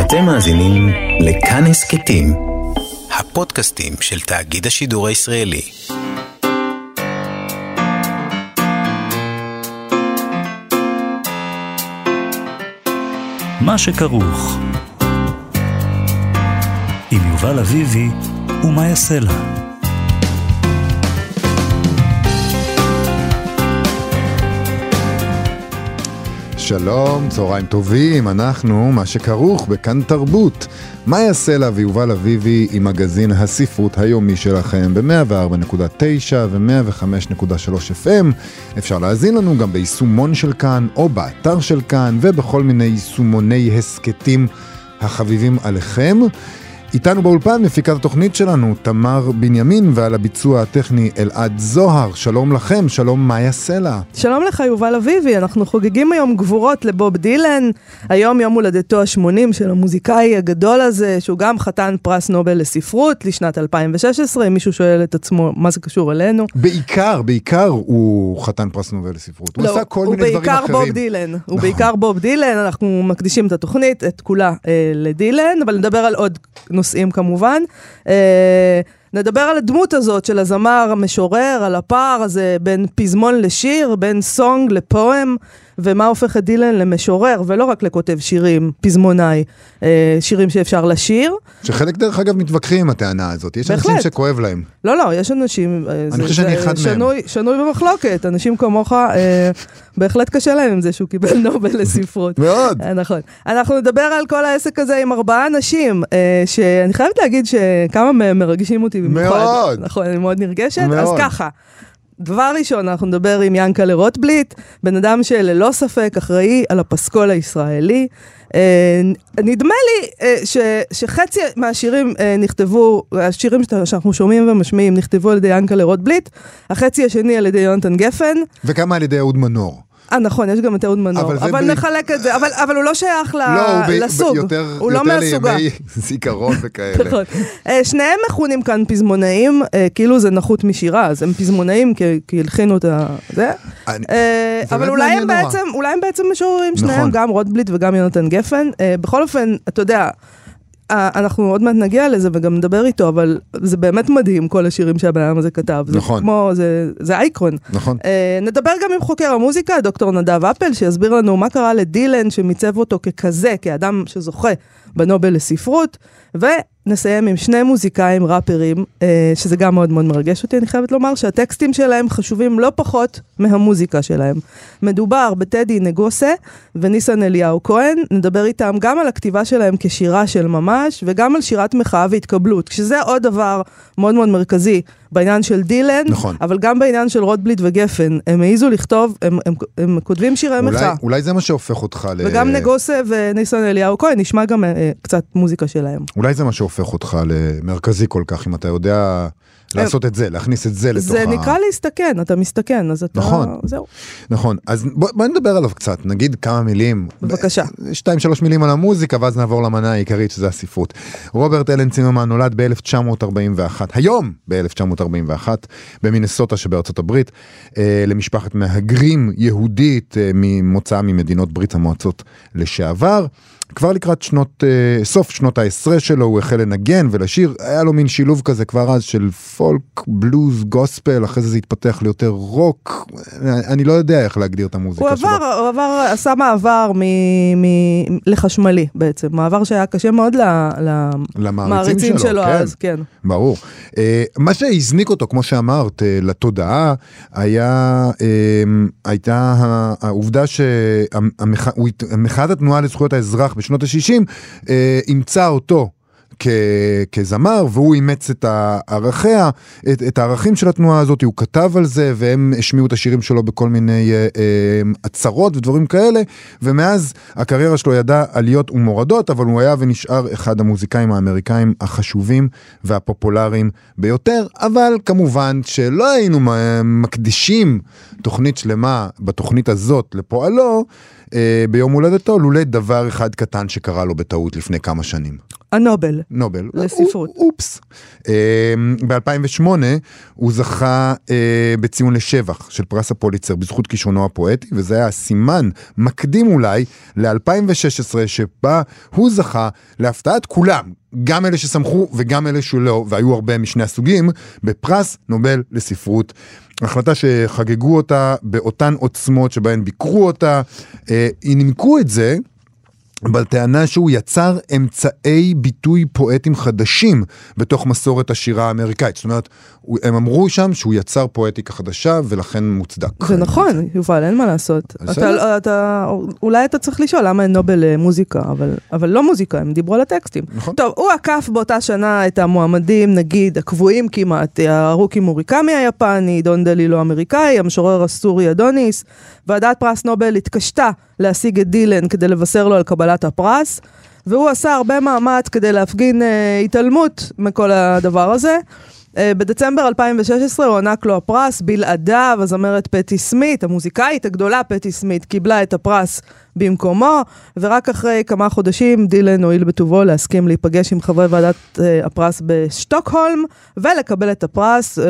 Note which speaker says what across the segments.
Speaker 1: אתם מאזינים לכאן הסכתים, הפודקאסטים של תאגיד השידור הישראלי.
Speaker 2: מה שכרוך עם יובל אביבי ומה יעשה לה.
Speaker 3: שלום, צהריים טובים, אנחנו מה שכרוך בכאן תרבות. מה יעשה לה ויובל אביבי עם מגזין הספרות היומי שלכם ב-104.9 ו-105.3 FM. אפשר להזין לנו גם ביישומון של כאן או באתר של כאן ובכל מיני יישומוני הסקטים החביבים עליכם. איתנו באולפן מפיקת התוכנית שלנו תמר בנימין, ועל הביצוע הטכני אלעד זוהר. שלום לכם, שלום מה יעשה לה.
Speaker 4: שלום לך יובל אביבי, אנחנו חוגגים היום גבורות לבוב דילן. היום יום הולדתו ה-80 של המוזיקאי הגדול הזה, שהוא גם חתן פרס נובל לספרות לשנת 2016. אם מישהו שואל את עצמו מה זה קשור אלינו. בעיקר
Speaker 3: הוא חתן פרס נובל לספרות. הוא עשה כל מיני דברים אחרים.
Speaker 4: הוא בעיקר בוב דילן. אנחנו מקדישים את התוכנית, את כולה לדילן, אבל נדבר על עוד נושאים כמובן. נדבר על הדמות הזאת של הזמר המשורר, על הפער הזה בין פזמון לשיר, בין סונג לפואם, ומה הופך את דילן למשורר, ולא רק לכותב שירים, פזמונאי, שירים שאפשר לשיר.
Speaker 3: שחלק דרך אגב מתווכחים עם הטענה הזאת. יש אנשים שכואב להם.
Speaker 4: לא, יש אנשים,
Speaker 3: אני חושב שאני אחד מהם.
Speaker 4: שנוי במחלוקת. אנשים כמוך, בהחלט קשה להם עם זה שהוא קיבל נובל לספרות.
Speaker 3: מאוד.
Speaker 4: נכון. אנחנו נדבר על כל העסק הזה עם 4 אנשים, שאני חייבת להגיד שכמה מהם מרגישים אותי במיוחד.
Speaker 3: מאוד.
Speaker 4: נכון, אני מאוד נרגשת. אז ככה. דבר ראשון, אנחנו נדבר עם ינקלה רוטבליט, בן אדם שללא ספק אחראי על הפסקול הישראלי. נדמה לי שחצי מהשירים נכתבו, השירים שאנחנו שומעים ומשמיעים נכתבו על ידי ינקלה רוטבליט, החצי השני על ידי יונתן גפן.
Speaker 3: וכמה על ידי אהוד מנור.
Speaker 4: נכון, יש גם את אהוד מנור, אבל נחלק את זה, אבל הוא לא שייך לסוג, הוא לא מהסוגה.
Speaker 3: יותר לימי זיכרון וכאלה.
Speaker 4: נכון. שניהם מכונים כאן פזמונאים, כאילו זה נחות משירה, אז הם פזמונאים כי הלחינו את זה, אבל אולי הם בעצם משוררים שניהם, גם רוטבליט וגם יונתן גפן. בכל אופן, אתה יודע, אנחנו עוד מעט נגיע לזה וגם נדבר איתו, אבל זה באמת מדהים כל השירים שהבן אדם הזה כתב.
Speaker 3: נכון.
Speaker 4: זה אייקון.
Speaker 3: נכון.
Speaker 4: נדבר גם עם חוקר המוזיקה, דוקטור נדב אפל, שיסביר לנו מה קרה לדילן, שמיצב אותו ככזה, כאדם שזוכה בנובל לספרות, ונסיים עם 2 מוזיקאים ראפרים, שזה גם מאוד מאוד מרגש אותי, אני חייבת לומר שהטקסטים שלהם חשובים לא פחות מהמוזיקה שלהם. מדובר בטדי נגוסה וניסן אליהו כהן, נדבר איתם גם על הכתיבה שלהם כשירה של ממש, וגם על שירת מחאה והתקבלות, כשזה עוד דבר מאוד מאוד מרכזי בעניין של דילן,
Speaker 3: נכון.
Speaker 4: אבל גם בעניין של רוטבליט וגפן. הם העיזו לכתוב, הם כותבים שירי מחאה.
Speaker 3: אולי זה מה שהופך אותך
Speaker 4: וגם נגוסה וניסן אליהו כהן, נשמע גם קצת מוזיקה שלהם.
Speaker 3: אולי זה מה שהופך אותך למרכזי כל כך, אם אתה יודע לעשות את זה, להכניס את זה לתוך
Speaker 4: זה נקרא להסתכן, אתה מסתכן, אז אתה...
Speaker 3: נכון.
Speaker 4: זהו.
Speaker 3: נכון, אז בוא נדבר עליו קצת, נגיד כמה מילים.
Speaker 4: בבקשה.
Speaker 3: 2-3 מילים על המוזיקה, ואז נעבור למנה העיקרית, שזה הספרות. רוברט אלן צימרמן נולד ב-1941, היום ב-1941, במינסוטה שבארצות הברית, למשפחת מהגרים יהודית, ממוצאה ממדינות ברית המועצות לשעבר. כבר לקראת סוף שנות ה-10 שלו, הוא החל לנגן ולשיר, היה לו מין שילוב כזה כבר אז של פולק, בלוז, גוספל, אחרי זה התפתח ליותר רוק, אני לא יודע איך להגדיר את המוזיקה שלו.
Speaker 4: הוא עשה מעבר לחשמלי בעצם, מעבר שהיה קשה מאוד למעריצים שלו אז, כן.
Speaker 3: ברור. מה שהזניק אותו, כמו שאמרת, לתודעה, הייתה העובדה שמחאת התנועה לזכויות האזרח בשנות ה-60, אימצה אותו כזמר, והוא אימץ את הערכים של התנועה הזאת, הוא כתב על זה, והם השמיעו את השירים שלו בכל מיני עצרות ודברים כאלה, ומאז הקריירה שלו ידעה עליות ומורדות, אבל הוא היה ונשאר אחד המוזיקאים האמריקאים החשובים והפופולריים ביותר, אבל כמובן שלא היינו מקדישים תוכנית שלמה בתוכנית הזאת לפועלו, ביום הולדתו, לולא דבר אחד קטן שקרה לו בטעות לפני כמה שנים.
Speaker 4: הנובל.
Speaker 3: נובל.
Speaker 4: לספרות.
Speaker 3: אופס. ב-2008 הוא זכה בציון לשבח של פרס הפוליצר בזכות כישרונו הפואטי, וזה היה סימן מקדים אולי ל-2016 שבה הוא זכה להפתעת כולם, גם אלה שסמכו וגם אלה שלא, והיו הרבה משני הסוגים, בפרס נובל לספרות. החלטה שחגגו אותה באותן עוצמות שבהן ביקרו אותה, נימקו את זה בטענה שהוא יצר אמצעי ביטוי פואטים חדשים בתוך מסורת השירה האמריקאית. זאת אומרת, הם אמרו שם שהוא יצר פואטיקה חדשה ולכן מוצדק.
Speaker 4: זה נכון, יובל, אין מה לעשות. אולי אתה צריך לשאול למה אין נובל מוזיקה, אבל לא מוזיקה, הם דיברו על הטקסטים. טוב, הוא עקף באותה שנה את המועמדים, נגיד, הקבועים כמעט, הרוקי מוריקמי היפני, דון דלילו אמריקאי, המשורר הסורי אדוניס, ועדת פרס נובל התקשתה להשיג את דילן כדי לבשר לו על קבלת הפרס, והוא עשה הרבה מאמץ כדי להפגין התעלמות מכל הדבר הזה. בדצמבר 2016 הוא ענק לו הפרס, בלעדיו הזמרת פטי סמית, המוזיקאית הגדולה פטי סמית, קיבלה את הפרס במקומו, ורק אחרי כמה חודשים דילן הועיל בטובו להסכים להיפגש עם חברי ועדת הפרס בשטוקהולם, ולקבל את הפרס.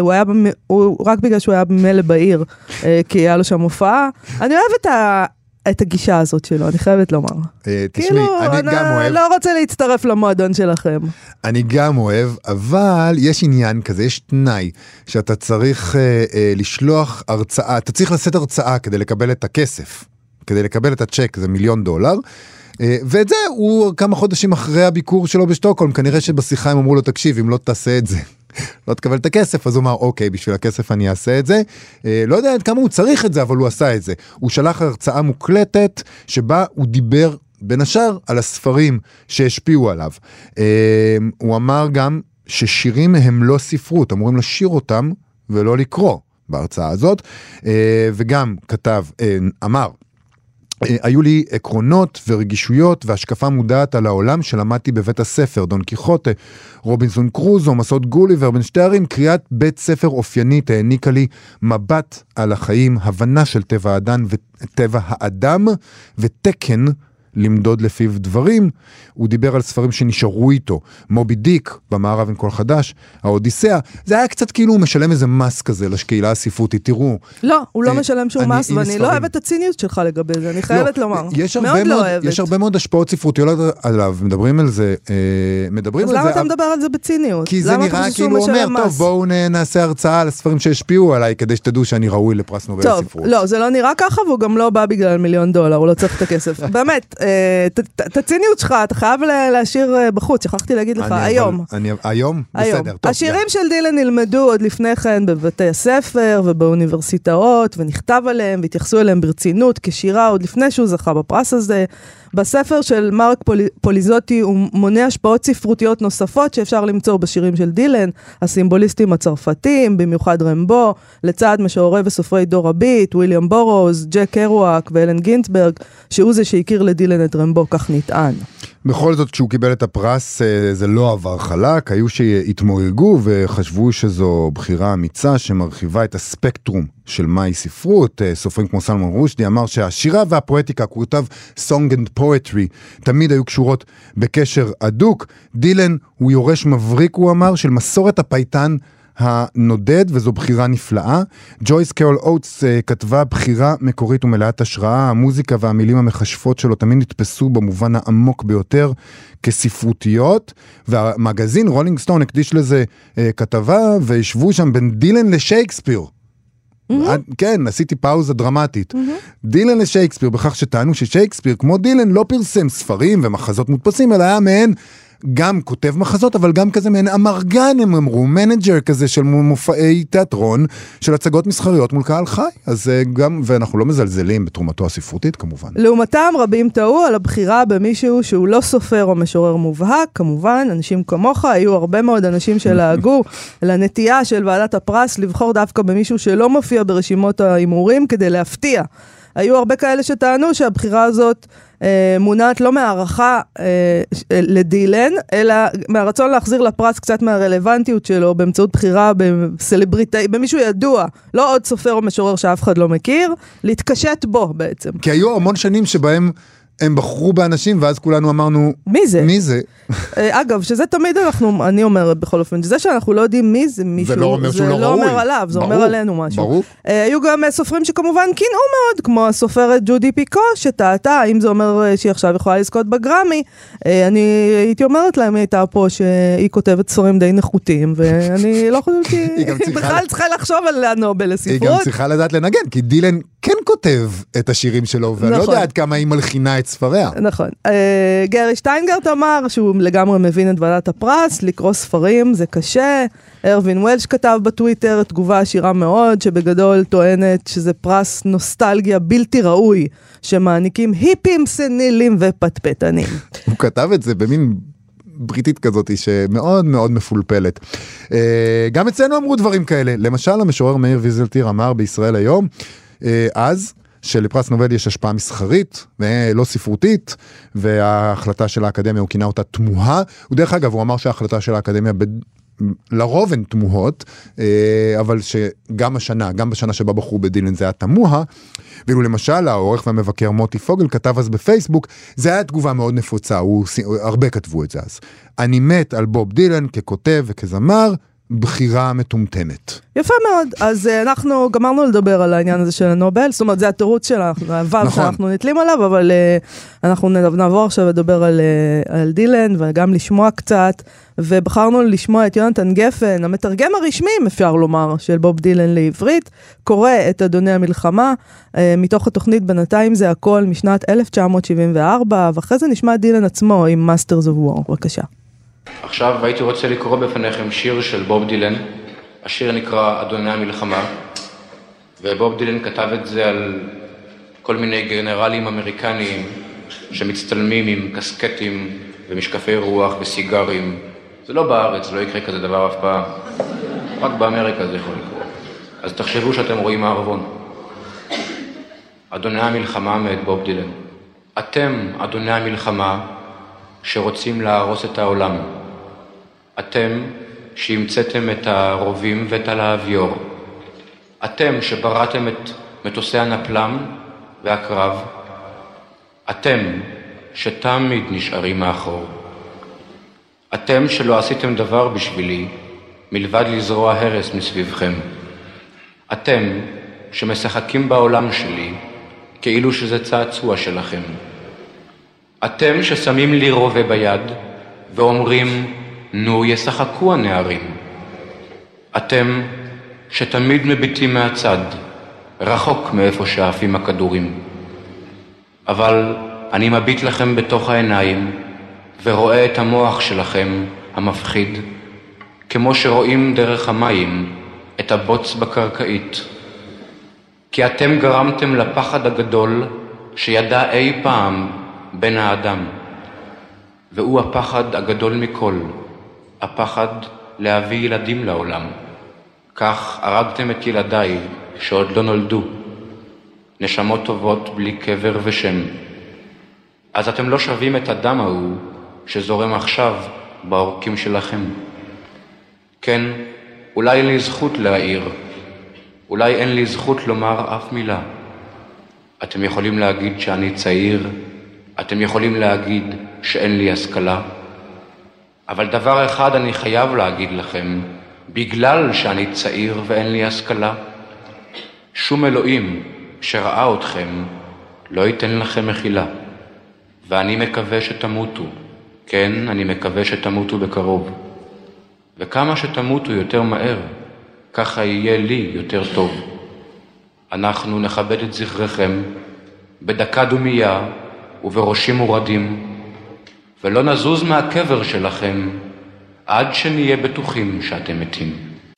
Speaker 4: רק בגלל שהוא היה במילא בעיר, כי היה לו שם הופעה. אני אוהבת את הגישה הזאת שלו, אני חייבת לומר.
Speaker 3: תשמעי, אני גם אוהב.
Speaker 4: לא רוצה להצטרף למועדון שלכם.
Speaker 3: אני גם אוהב, אבל יש עניין כזה, יש תנאי, שאתה צריך לשלוח הרצאה, אתה צריך לשאת הרצאה כדי לקבל את הכסף, כדי לקבל את הצ'ק, זה $1,000,000, ואת זה הוא כמה חודשים אחרי הביקור שלו בשטוקהולם, כנראה שבשיחה הם אמרו לו, תקשיב, אם לא תעשה את זה, לא תקבל את הכסף, אז הוא אמר, אוקיי, בשביל הכסף אני אעשה את זה. לא יודע עד כמה הוא צריך את זה, אבל הוא עשה את זה. הוא שלח הרצאה מוקלטת, שבה הוא דיבר בין השאר על הספרים שהשפיעו עליו. הוא אמר גם ששירים הם לא ספרות, אמורים לשיר אותם ולא לקרוא בהרצאה הזאת. וגם כתב, אמר, היו לי עקרונות ורגישויות והשקפה מודעת על העולם שלמדתי בבית הספר, דון קיחוטה, רובינסון קרוזו, מסעות גוליבר בין שתי ערים, קריאת בית ספר אופיינית העניקה לי מבט על החיים, הבנה של טבע האדם ותקן למדוד לפיו דברים. הוא דיבר על ספרים שנשארו איתו, מובי דיק, במערב עם כל חדש, האודיסאה. זה היה קצת כאילו הוא משלם איזה מס כזה לקהילה הספרותית, תראו.
Speaker 4: לא, הוא לא משלם שום מס, ואני לא אוהבת את הציניות שלך לגבי זה, אני חייבת לומר. מאוד לא אוהבת.
Speaker 3: יש הרבה מאוד השפעות ספרותיות עליו, מדברים על זה,
Speaker 4: אז למה אתה מדבר על זה בציניות?
Speaker 3: כי זה נראה כאילו הוא אומר, טוב, בואו נעשה הרצאה על הספרים שהשפיעו עליי, כדי שתדעו שאני ראוי לפרס נובל לספרות.
Speaker 4: לא, זה לא נראה ככה, והוא גם לא בא בגלל $1,000,000, הוא לא צריך את הכסף. באמת, את הציניות שלך, אתה חייב להשאיר בחוץ, שכחתי להגיד לך, היום.
Speaker 3: היום? בסדר, טוב.
Speaker 4: השירים של דילן נלמדו עוד לפני כן בבתי הספר ובאוניברסיטאות, ונכתב עליהם והתייחסו אליהם ברצינות כשירה, עוד לפני שהוא זכה בפרס הזה. בספר של מרק פוליזוטי הוא מונה השפעות ספרותיות נוספות שאפשר למצוא בשירים של דילן, הסימבוליסטים הצרפתים, במיוחד רמבו, לצד משוררי וסופרי דור הביט, וויליאם בורוז, ג'ק קרואק ואלן גינצברג, שהוא זה שהכיר לדילן את רמבו, כך נטען.
Speaker 3: בכל זאת, כשהוא קיבל את הפרס, זה לא עבר חלק, היו שהתמורגו וחשבו שזו בחירה אמיצה שמרחיבה את הספקטרום של מהי ספרות. סופרים כמו סלמן רושדי אמר שהשירה והפואטיקה, הוא כותב Song and Poetry, תמיד היו קשורות בקשר הדוק. דילן הוא יורש מבריק, הוא אמר, של מסורת הפייטן הנודד, וזו בחירה נפלאה. ג'ויס קרול אוטס כתבה בחירה מקורית ומלאת השראה, המוזיקה והמילים המחשפות שלו תמיד נתפסו במובן העמוק ביותר כספרותיות, והמגזין רולינג סטון הקדיש לזה כתבה, וישבו שם בין דילן לשייקספיר. כן, עשיתי פאוזה דרמטית. דילן לשייקספיר, בכך שטענו ששייקספיר, כמו דילן, לא פרסם ספרים ומחזות מודפסים, אלא היה מהן גם כותב מחזות, אבל גם כזה מעין אמרגן, הם אמרו, מנג'ר כזה של מופעי תיאטרון, של הצגות מסחריות מול קהל חי. אז גם, ואנחנו לא מזלזלים בתרומתו הספרותית, כמובן. לעומתם,
Speaker 4: רבים טעו על הבחירה במישהו שהוא לא סופר או משורר מובהק, כמובן, אנשים כמוך, היו הרבה מאוד אנשים שלהגו לנטייה של ועדת הפרס, לבחור דווקא במישהו שלא מופיע ברשימות האימורים, כדי להפתיע. היו הרבה כאלה שטענו שהבחירה הזאת מונעת לא מהערכה לדילן, אלא מהרצון להחזיר לפרס קצת מהרלוונטיות שלו, באמצעות בחירה בסלבריטאי, במישהו ידוע, לא עוד סופר או משורר שאף אחד לא מכיר, להתקשט בו בעצם.
Speaker 3: כי היו המון שנים שבהם הם בחרו באנשים, ואז כולנו אמרנו,
Speaker 4: מי זה?
Speaker 3: מי זה?
Speaker 4: אגב, שזה תמיד אני אומרת בכל אופן, זה שאנחנו לא יודעים מי זה מישהו,
Speaker 3: זה לא אומר שהוא לא ראוי.
Speaker 4: זה לא אומר עליו, זה אומר עלינו משהו.
Speaker 3: ברור.
Speaker 4: היו גם סופרים שכמובן קינאו מאוד, כמו הסופרת ג'ודי פיקו, שטעתה, האם זה אומר שהיא עכשיו יכולה לזכות בגרמי, אני הייתי אומרת להם, היא הייתה פה שהיא כותבת ספרים די נחותים, ואני לא חושבת שהיא בכלל צריכה לחשוב על הנובל לספרות.
Speaker 3: היא גם צריכה לדעת לנגן, כי דילן כן כותב את השירים שלו, ואני לא יודעת כמה היא מלחינה את ספריה.
Speaker 4: נכון. גרי שטיינגרט אמר שהוא לגמרי מבין את ועדת הפרס, לקרוא ספרים זה קשה. ארווין וולש כתב בטוויטר תגובה עשירה מאוד, שבגדול טוענת שזה פרס נוסטלגיה בלתי ראוי, שמעניקים היפים סנילים ופטפטנים.
Speaker 3: הוא כתב את זה במין בריטית כזאת שמאוד מאוד מפולפלת. גם אצלנו אמרו דברים כאלה. למשל, המשורר מאיר ויזלטיר אמר בישראל היום, אז, שלפרס נובל יש השפעה מסחרית ולא ספרותית, וההחלטה של האקדמיה, הוא כינה אותה תמוהה. ודרך אגב, הוא אמר שההחלטה של האקדמיה לרוב הן תמוהות, אבל שגם השנה, גם בשנה שבה בחרו בדילן זה היה תמוה, ואילו למשל העורך והמבקר מוטי פוגל כתב אז בפייסבוק, זה היה תגובה מאוד נפוצה, הרבה כתבו את זה אז. אני מת על בוב דילן ככותב וכזמר, בחירה מטומטמת.
Speaker 4: יפה מאוד, אז אנחנו גמרנו לדבר על העניין הזה של הנובל, זאת אומרת זה התירוץ שלנו, העבר שאנחנו נתלים עליו, אבל אנחנו נעבור עכשיו לדבר על דילן וגם לשמוע קצת, ובחרנו לשמוע את יונתן גפן, המתרגם הרשמי, אפשר לומר, של בוב דילן לעברית, קורא את אדוני המלחמה, מתוך התוכנית בינתיים זה הכל משנת 1974, ואחרי זה נשמע דילן עצמו עם Masters of War, בבקשה.
Speaker 5: עכשיו הייתי רוצה לקרוא בפניכם שיר של בוב דילן, השיר נקרא אדוני המלחמה, ובוב דילן כתב את זה על כל מיני גנרלים אמריקניים שמצטלמים עם קסקטים ומשקפי רוח וסיגרים. זה לא בארץ, לא יקרה כזה דבר אף פעם, רק באמריקה זה יכול לקרות. אז תחשבו שאתם רואים מערבון. אדוני המלחמה מאת בוב דילן. אתם, אדוני המלחמה, שרוצים להרוס את העולם. אתם שהמצאתם את הרובים ואת הלהביור. אתם שבראתם את מטוסי הנפלם והקרב. אתם שתמיד נשארים מאחור. אתם שלא עשיתם דבר בשבילי, מלבד לזרוע הרס מסביבכם. אתם שמשחקים בעולם שלי, כאילו שזה צעצוע שלכם. אתם ששמים לי רובה ביד ואומרים, נו ישחקו הנערים. אתם שתמיד מביטים מהצד, רחוק מאיפה שעפים הכדורים. אבל אני מביט לכם בתוך העיניים ורואה את המוח שלכם המפחיד, כמו שרואים דרך המים את הבוץ בקרקעית. כי אתם גרמתם לפחד הגדול שידע אי פעם בן האדם, והוא הפחד הגדול מכל, הפחד להביא ילדים לעולם. כך הרגתם את ילדיי שעוד לא נולדו, נשמות טובות בלי קבר ושם. אז אתם לא שווים את הדם ההוא שזורם עכשיו בעורקים שלכם. כן, אולי אין לי זכות להעיר, אולי אין לי זכות לומר אף מילה. אתם יכולים להגיד שאני צעיר, אתם יכולים להגיד שאין לי השכלה, אבל דבר אחד אני חייב להגיד לכם, בגלל שאני צעיר ואין לי השכלה, שום אלוהים שראה אתכם לא ייתן לכם מחילה, ואני מקווה שתמותו, כן, אני מקווה שתמותו בקרוב, וכמה שתמותו יותר מהר, ככה יהיה לי יותר טוב. אנחנו נכבד את זכרכם בדקה דומייה ובראשים מורדים, ולא נזוז מהקבר שלכם עד שנהיה בטוחים שאתם מתים.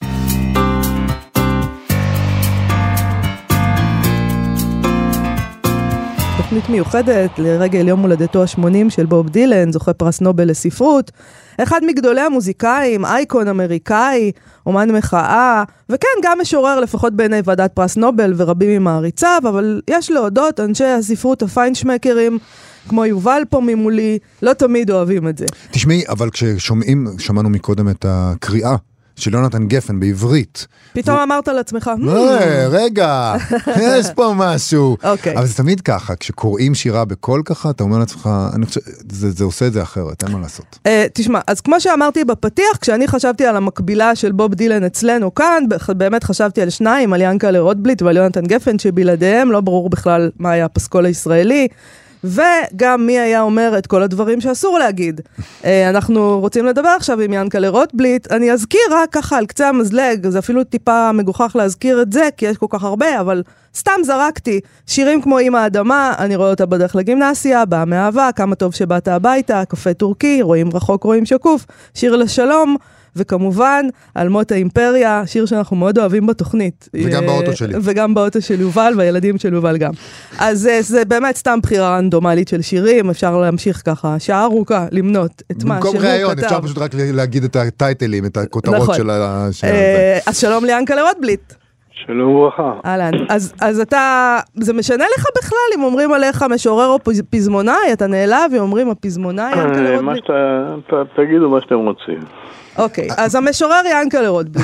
Speaker 4: תוכנית מיוחדת לרגל יום הולדתו ה-80 של בוב דילן, זוכה פרס נובל לספרות, אחד מגדולי המוזיקאים, אייקון אמריקאי, אומן מחאה, וכן, גם משורר לפחות בעיני ועדת פרס נובל ורבים ממעריציו, אבל יש להודות, אנשי הספרות הפיינשמקרים, כמו יובל פה ממולי, לא תמיד אוהבים את זה.
Speaker 3: תשמעי, אבל כששומעים, שמענו מקודם את הקריאה של יונתן גפן בעברית.
Speaker 4: פתאום אמרת לעצמך,
Speaker 3: רגע, יש פה משהו.
Speaker 4: אוקיי.
Speaker 3: אבל זה תמיד ככה, כשקוראים שירה בקול ככה, אתה אומר לעצמך, אני חושב, זה עושה את זה אחרת, אין מה לעשות.
Speaker 4: תשמע, אז כמו שאמרתי בפתיח, כשאני חשבתי על המקבילה של בוב דילן אצלנו כאן, באמת חשבתי על שניים, על ינקלה רוטבליט ועל יונתן גפן, שבלעדיהם לא ברור בכלל מה היה הפסקול הישראלי, וגם מי היה אומר את כל הדברים שאסור להגיד. אנחנו רוצים לדבר עכשיו עם ינקלה רוטבליט, אני אזכיר רק ככה על קצה המזלג, זה אפילו טיפה מגוחך להזכיר את זה, כי יש כל כך הרבה, אבל סתם זרקתי, שירים כמו אמא האדמה, אני רואה אותה בדרך לגימנסיה, באה מאהבה, כמה טוב שבאת הביתה, קפה טורקי, רואים רחוק, רואים שקוף, שיר לשלום, וכמובן, על מות האימפריה, שיר שאנחנו מאוד אוהבים בתוכנית.
Speaker 3: וגם באוטו שלי.
Speaker 4: וגם באוטו של יובל, והילדים של יובל גם. אז זה באמת סתם בחירה רנדומלית של שירים, אפשר להמשיך ככה, שעה ארוכה, למנות את מה שהוא כתב.
Speaker 3: במקום ראיון, אפשר פשוט רק להגיד את הטייטלים, את הכותרות של השיר הזה.
Speaker 4: אז שלום ליענקלה רוטבליט.
Speaker 6: שלום וברכה.
Speaker 4: אהלן, אז אתה, זה משנה לך בכלל אם אומרים עליך משורר או פזמונאי, אתה נעלב ואומרים הפזמונאי יענקלה רוטבליט?
Speaker 6: תגידו מה שאתם רוצים.
Speaker 4: אוקיי, אז המשורר ינקלה רוטבליט.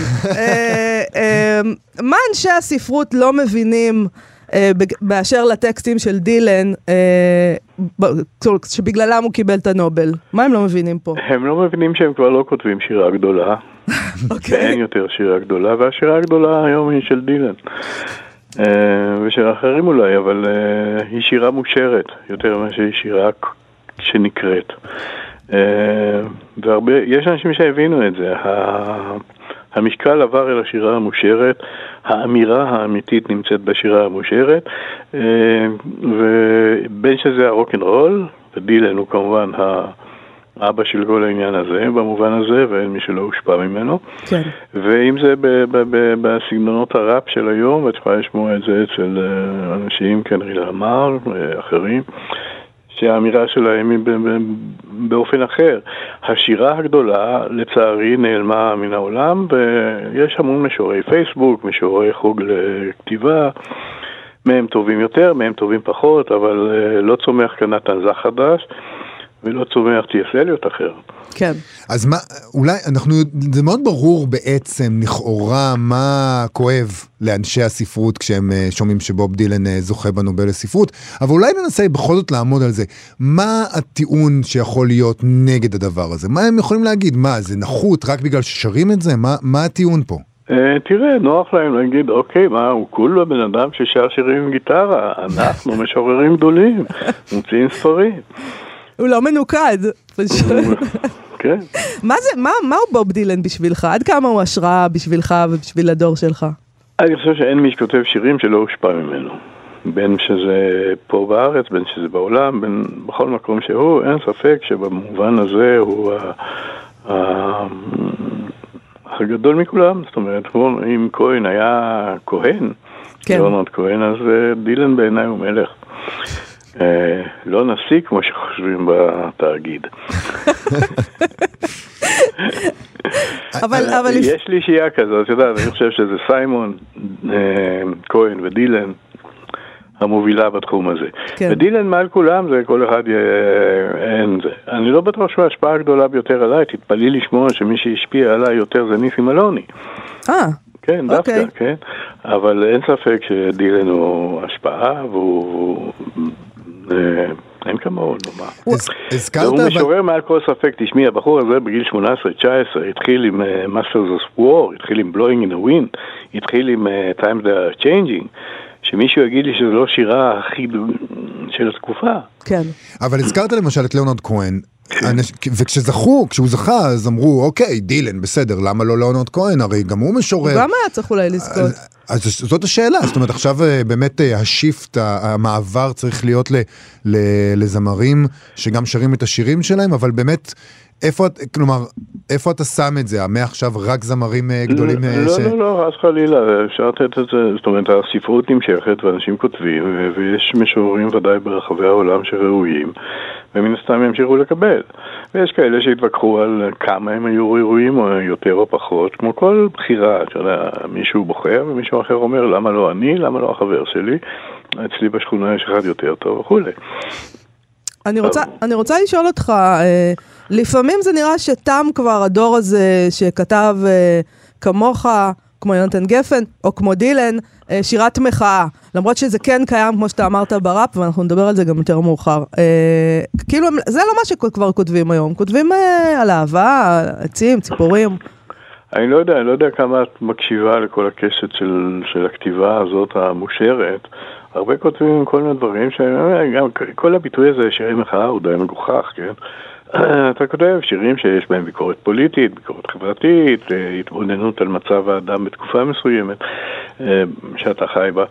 Speaker 4: מה אנשי הספרות לא מבינים באשר לטקסטים של דילן, שבגללם הוא קיבל את הנובל? מה הם לא מבינים פה?
Speaker 6: הם לא מבינים שהם כבר לא כותבים שירה גדולה. ואין יותר שירה גדולה, והשירה הגדולה היום היא של דילן. ושל אחרים אולי, אבל היא שירה מושרת, יותר ממה שהיא שירה שנקראת. יש אנשים שהבינו את זה. המשקל עבר אל השירה המושרת, האמירה האמיתית נמצאת בשירה המושרת, ובין שזה הרוק'נ'רול, ודילן הוא כמובן האבא של כל העניין הזה, במובן הזה, ואין מי שלא הושפע ממנו. כן. ואם זה בסגנונות הראפ של היום, ואת יכולה לשמוע את זה אצל אנשים כנראה אמר, אחרים, שהאמירה שלהם היא באופן אחר. השירה הגדולה, לצערי, נעלמה מן העולם, ויש המון משוררי פייסבוק, משוררי חוג לכתיבה, מהם טובים יותר, מהם טובים פחות, אבל לא צומח כאן נתן זך חדש, ולא צומח טי.אס. אליוט אחר.
Speaker 4: כן.
Speaker 3: אז מה, אולי, זה מאוד ברור בעצם, לכאורה, מה כואב לאנשי הספרות כשהם שומעים שבוב דילן זוכה בנובל לספרות, אבל אולי ננסה בכל זאת לעמוד על זה. מה הטיעון שיכול להיות נגד הדבר הזה? מה הם יכולים להגיד? מה, זה נחות רק בגלל ששרים את זה? מה הטיעון פה?
Speaker 6: תראה, נוח להם להגיד, אוקיי, מה, הוא כולו בן אדם ששר שירים עם גיטרה, אנחנו משוררים גדולים, מוציאים ספרים.
Speaker 4: הוא לא מנוקד.
Speaker 6: כן.
Speaker 4: מה הוא בוב דילן בשבילך? עד כמה הוא השראה בשבילך ובשביל הדור שלך?
Speaker 6: אני חושב שאין מי שכותב שירים שלא הושפע ממנו. בין שזה פה בארץ, בין שזה בעולם, בין בכל מקום שהוא, אין ספק שבמובן הזה הוא הגדול מכולם. זאת אומרת, אם כהן היה כהן, ליאונרד כהן, אז דילן בעיניי הוא מלך. לא נשיא כמו שחושבים בתאגיד.
Speaker 4: אבל
Speaker 6: יש לי שיעה כזאת, אתה יודע, אני חושב שזה סיימון, כהן ודילן המובילה בתחום הזה. ודילן מעל כולם זה כל אחד אין זה. אני לא בטוח שהוא ההשפעה הגדולה ביותר עליי, תתפלאי לשמוע שמי שהשפיע עליי יותר זה ניסים אלוני. כן, דווקא, כן. אבל אין ספק שדילן הוא השפעה, והוא אין כמוהו, נאמר. הוא משורר מעל כל ספק. תשמעי, הבחור הזה בגיל 18-19 התחיל עם Masters of War, התחיל עם Blowing in the Wind, התחיל עם Times They are Changing, שמישהו יגיד לי שזה לא שירה הכי של התקופה.
Speaker 4: כן.
Speaker 3: אבל הזכרת למשל את ליאונרד כהן, וכשהוא זכה, אז אמרו, אוקיי, דילן, בסדר, למה לא ליאונרד כהן? הרי גם הוא משורר.
Speaker 4: גם היה צריך אולי לזכות.
Speaker 3: אז זאת השאלה, זאת אומרת, עכשיו באמת השיפט, המעבר צריך להיות לזמרים שגם שרים את השירים שלהם, אבל באמת, איפה אתה שם את זה? מעכשיו רק זמרים גדולים?
Speaker 6: לא, אז חלילה, אפשר לתת את זה, זאת אומרת, הספרות נמשכת ואנשים כותבים, ויש משוררים ודאי ברחבי העולם שראויים, ומן הסתם ימשיכו לקבל. ויש כאלה שהתווכחו על כמה הם היו ראויים, או יותר או פחות, כמו כל בחירה, מישהו בוחר, ומישהו אחר אומר, למה לא אני, למה לא החבר שלי, אצלי בשכונה יש אחד יותר טוב וכו'.
Speaker 4: אני רוצה לשאול אותך, לפעמים זה נראה שתם כבר הדור הזה שכתב כמוך, כמו יונתן גפן, או כמו דילן, שירת מחאה. למרות שזה כן קיים, כמו שאתה אמרת בראפ, ואנחנו נדבר על זה גם יותר מאוחר. כאילו, זה לא מה שכבר כותבים היום. כותבים על אהבה, עצים, ציפורים.
Speaker 6: אני לא יודע כמה את מקשיבה לכל הקשת של הכתיבה הזאת המושרת. הרבה כותבים כל מיני דברים, גם כל הביטוי הזה, שירי מחאה, הוא די מגוחך, כן? אתה כותב שירים שיש בהם ביקורת פוליטית, ביקורת חברתית, התבוננות על מצב האדם בתקופה מסוימת שאתה חי בה.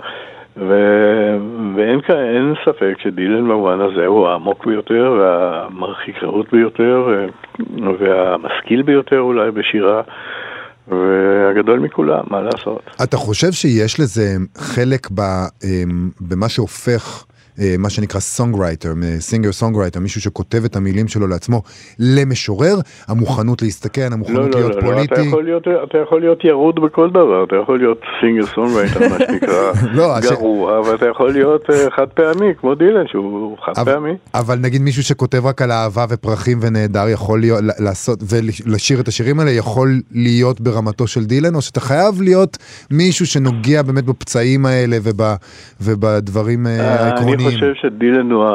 Speaker 6: ואין ספק שדילן במובן הזה הוא העמוק ביותר והמרחיק ראות ביותר והמשכיל ביותר אולי בשירה. והגדול מכולם, מה לעשות?
Speaker 3: אתה חושב שיש לזה חלק במה שהופך, מה שנקרא סונגרייטר, סינגר-סונגרייטר, מישהו שכותב את המילים שלו לעצמו, למשורר, המוכנות להסתכן, המוכנות להיות פוליטי?
Speaker 6: אתה יכול להיות ירוד בכל דבר, אתה יכול להיות סינגר-סונגרייטר, מה שנקרא גרוע, אבל אתה יכול להיות חד פעמי, כמו דילן, שהוא חד פעמי.
Speaker 3: אבל נגיד מישהו שכותב רק על אהבה ופרחים ונהדר, יכול לעשות, ולשיר את השירים האלה, יכול להיות ברמתו של דילן, או שאתה חייב להיות מישהו שנוגע באמת בפצעים האלה ובדברים העקרוניים?
Speaker 6: אני חושב שדילן הוא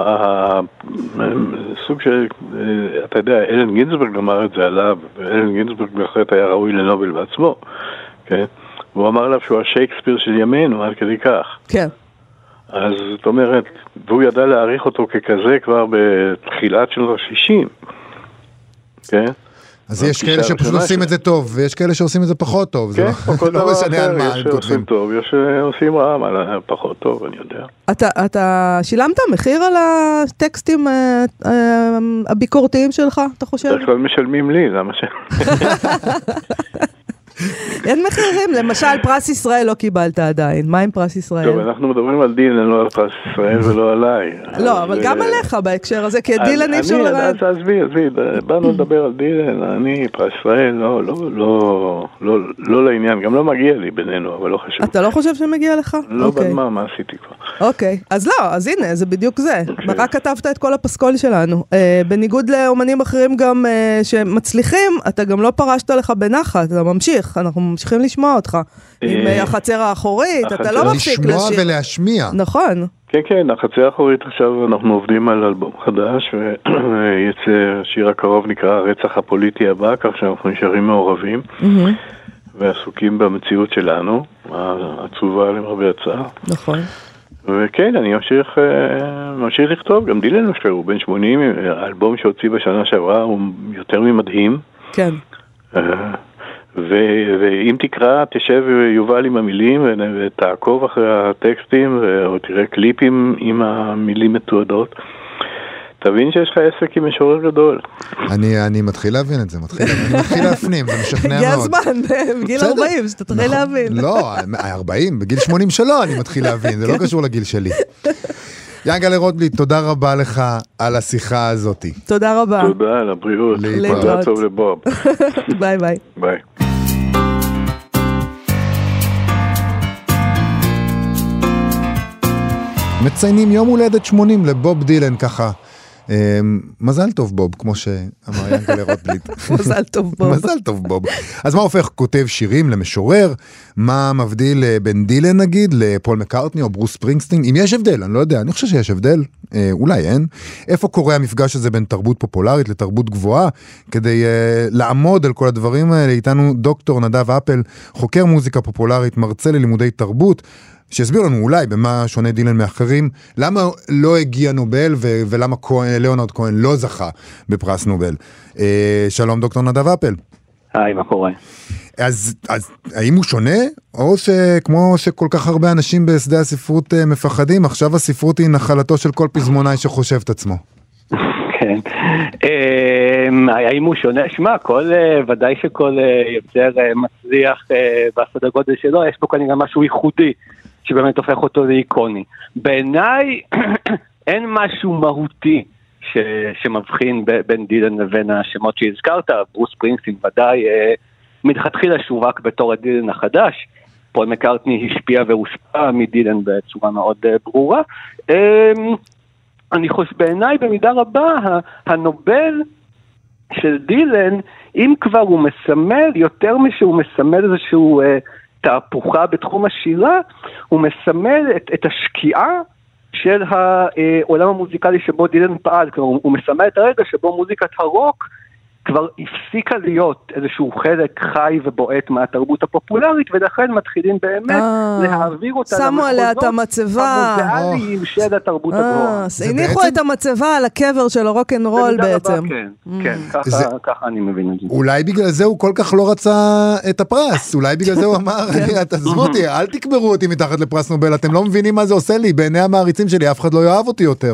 Speaker 6: סוג של, אתה יודע, אלן גינסברג אמר את זה עליו, ואלן גינסברג בהחלט היה ראוי לנובל בעצמו, כן? והוא אמר עליו שהוא השייקספיר של ימינו, עד כדי כך.
Speaker 4: כן.
Speaker 6: אז זאת אומרת, והוא ידע להעריך אותו ככזה כבר בתחילת שנות ה-60, כן?
Speaker 3: אז יש כאלה שפשוט עושים את זה טוב, ויש כאלה שעושים את זה פחות טוב.
Speaker 6: כן,
Speaker 3: לא משנה על מה הם כותבים.
Speaker 6: יש שעושים טוב, יש שעושים רע, אבל פחות טוב, אני יודע.
Speaker 4: אתה שילמת מחיר על הטקסטים הביקורתיים שלך, אתה חושב?
Speaker 6: בדרך כלל משלמים לי, זה מה ש...
Speaker 4: אין מחירים, למשל פרס ישראל לא קיבלת עדיין, מה עם פרס ישראל?
Speaker 6: טוב, אנחנו מדברים על דילן, לא על פרס ישראל ולא עליי.
Speaker 4: לא, אבל גם עליך בהקשר הזה, כי דילן אי אפשר לראות.
Speaker 6: עזבי, באנו לדבר על דילן, אני פרס ישראל, לא לעניין, גם לא מגיע לי בינינו, אבל לא חשוב.
Speaker 4: אתה לא חושב שמגיע לך?
Speaker 6: לא, מה עשיתי כבר?
Speaker 4: אוקיי, אז לא, אז הנה, זה בדיוק זה. רק כתבת את כל הפסקול שלנו. בניגוד לאומנים אחרים גם שמצליחים, אתה גם לא פרשת לך בנחת, אתה ממשיך. אנחנו ממשיכים לשמוע אותך עם החצר האחורית, אתה לא מפסיק
Speaker 3: לשמוע ולהשמיע.
Speaker 4: נכון.
Speaker 6: כן, החצר האחורית עכשיו אנחנו עובדים על אלבום חדש, ויצא שיר הקרוב נקרא הרצח הפוליטי הבא, כך שאנחנו נשארים מעורבים, ועסוקים במציאות שלנו, העצובה למרבה הצער.
Speaker 4: נכון.
Speaker 6: וכן, אני ממשיך לכתוב, גם דילן הוא בן 80, האלבום שהוציא בשנה שעברה הוא יותר ממדהים.
Speaker 4: כן.
Speaker 6: ואם תקרא, תשב יובל עם המילים ותעקוב אחרי הטקסטים או תראה קליפים עם המילים מתועדות, תבין שיש לך עסק עם משורר גדול.
Speaker 3: אני מתחיל להבין את זה, אני מתחיל להפנים, זה משכנע מאוד.
Speaker 4: הגיע הזמן, בגיל 40, שאתה תתחיל להבין.
Speaker 3: לא, 40, בגיל 80 שלא אני מתחיל להבין, זה לא קשור לגיל שלי. יענקל'ה רוטבליט, תודה רבה לך על השיחה הזאת.
Speaker 4: תודה רבה.
Speaker 6: תודה על הבריאות. תודה טוב לבוב.
Speaker 4: ביי ביי.
Speaker 6: ביי.
Speaker 3: מציינים יום הולדת 80 לבוב דילן ככה. מזל טוב בוב, כמו שאמר יענקל'ה רוטבליט.
Speaker 4: מזל טוב בוב.
Speaker 3: מזל טוב בוב. אז מה הופך כותב שירים למשורר? מה מבדיל בין דילן נגיד לפול מקארטני או ברוס ספרינגסטין? אם יש הבדל, אני לא יודע, אני חושב שיש הבדל, אולי אין. איפה קורה המפגש הזה בין תרבות פופולרית לתרבות גבוהה? כדי לעמוד על כל הדברים האלה, איתנו דוקטור נדב אפל, חוקר מוזיקה פופולרית, מרצה ללימודי תרבות, שיסביר לנו אולי במה שונה דילן מאחרים, למה לא הגיע נובל ולמה ליאונרד כהן לא זכה בפרס נובל. שלום דוקטור נדב אפל.
Speaker 7: היי, מה קורה?
Speaker 3: אז האם הוא שונה? או שכמו שכל כך הרבה אנשים בשדה הספרות מפחדים, עכשיו הספרות היא נחלתו של כל פזמונאי שחושב את עצמו?
Speaker 7: כן. האם הוא שונה? שמע, ודאי שכל יוצר מצליח בסדר גודל שלו, יש פה כנראה משהו ייחודי, שבאמת הופך אותו לאיקוני. בעיניי אין משהו מהותי שמבחין בין דילן לבין השמות שהזכרת. ברוס ספרינגסטין ודאי מלכתחילה שווק בתור הדילן החדש. פול מקארטני השפיע והושפע מדילן בצורה מאוד ברורה. אני חושב בעיניי במידה רבה הנובל של דילן, אם כבר הוא מסמל, יותר משהוא מסמל איזשהו תהפוכה בתחום השירה, הוא מסמל את השקיעה של העולם המוזיקלי שבו דילן פעל. כלומר, הוא מסמל את הרגע שבו מוזיקת הרוק כבר הפסיקה להיות איזשהו חלק חי ובועט מהתרבות הפופולרית, ולכן מתחילים באמת להעביר אותה
Speaker 4: שמו עליה את המצבה
Speaker 7: המוזיאליים של התרבות הגבוהה.
Speaker 4: הניחו את המצבה על הקבר של הרוק'נ'רול בעצם.
Speaker 7: כן, ככה אני מבין את זה.
Speaker 3: אולי בגלל זה הוא כל כך לא רצה את הפרס, אולי בגלל זה הוא אמר, תעזבו אותי, אל תקברו אותי מתחת לפרס נובל, אתם לא מבינים מה זה עושה לי, בעיני המעריצים שלי, אף אחד לא יאהב אותי יותר.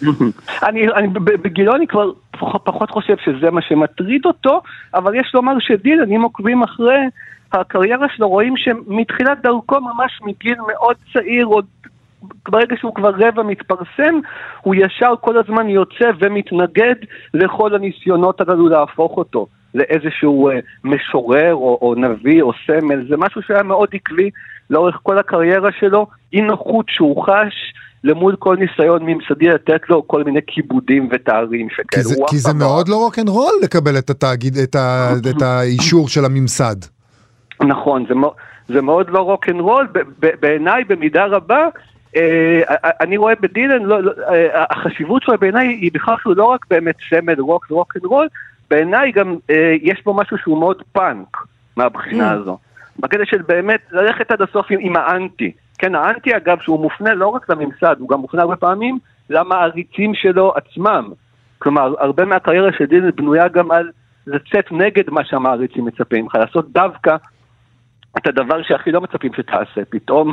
Speaker 7: בגילו אני כבר פחות חושב שזה מה שמטריד אותו, אבל יש לומר שדילן, אם עוקבים אחרי הקריירה שלו, רואים שמתחילת דרכו ממש מגיל מאוד צעיר, עוד ברגע שהוא כבר רבע מתפרסם, הוא ישר כל הזמן יוצא ומתנגד לכל הניסיונות הללו להפוך אותו לאיזשהו משורר או נביא או סמל. זה משהו שהיה מאוד עקבי לאורך כל הקריירה שלו, אי נוחות שהוא חש למול כל ניסיון ממסדי לתת לו כל מיני כיבודים ותארים שכאלו.
Speaker 3: כי זה מאוד לא רוק'נ'רול לקבל את התאגיד, את האישור של הממסד.
Speaker 7: נכון, זה מאוד לא רוק'נ'רול, בעיניי במידה רבה, אני רואה בדילן, החשיבות שלו בעיניי היא בכלל שהוא לא רק באמת סמל רוק'נ'רול, בעיניי גם יש בו משהו שהוא מאוד פאנק מהבחינה הזו. בקטע של באמת ללכת עד הסוף עם האנטי. כן, האנטי אגב שהוא מופנה לא רק לממסד, הוא גם מופנה הרבה פעמים למעריצים שלו עצמם. כלומר, הרבה מהקריירה של דילן בנויה גם על לצאת נגד מה שהמעריצים מצפים, לעשות דווקא את הדבר שהכי לא מצפים שתעשה, פתאום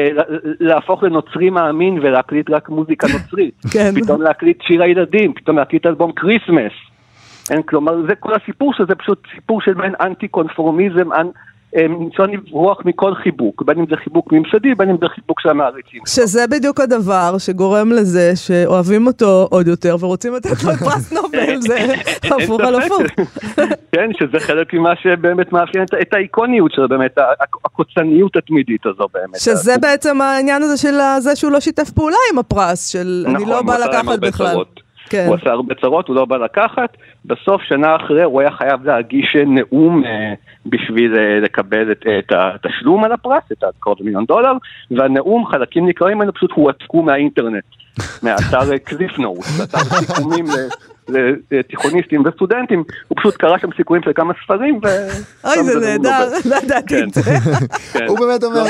Speaker 7: להפוך לנוצרי מאמין ולהקליט רק מוזיקה נוצרית, פתאום להקליט שיר הילדים, פתאום להקליט אלבום קריסמס. כלומר, זה כל הסיפור שזה פשוט סיפור של מעין אנטי-קונפורמיזם, ניסיון לברוח מכל חיבוק, בין אם זה חיבוק ממסדי, בין אם זה חיבוק של המעריצים.
Speaker 4: שזה בדיוק הדבר שגורם לזה שאוהבים אותו עוד יותר, ורוצים לתת לו פרס נובל, זה הפוך על הפוך.
Speaker 7: כן, שזה חלק ממה שבאמת מאפיין את האיקוניות שלו, באמת, הקוצניות התמידית הזו באמת.
Speaker 4: שזה בעצם העניין הזה של זה שהוא לא שיתף פעולה עם הפרס, של אני לא בא לקחת בכלל.
Speaker 7: הוא עשה הרבה צרות, הוא לא בא לקחת, בסוף שנה אחרי הוא היה חייב להגיש נאום בשביל לקבל את התשלום על הפרס, את קרוב $1,000,000, והנאום, חלקים נקראים ממנו פשוט הועתקו מהאינטרנט, מהאתר קליף נוטס, אתר סיכומים לתיכוניסטים וסטודנטים, הוא פשוט קרא שם סיכומים של כמה ספרים,
Speaker 4: אוי זה נהדר, לא ידעתי את זה.
Speaker 3: הוא באמת אומר,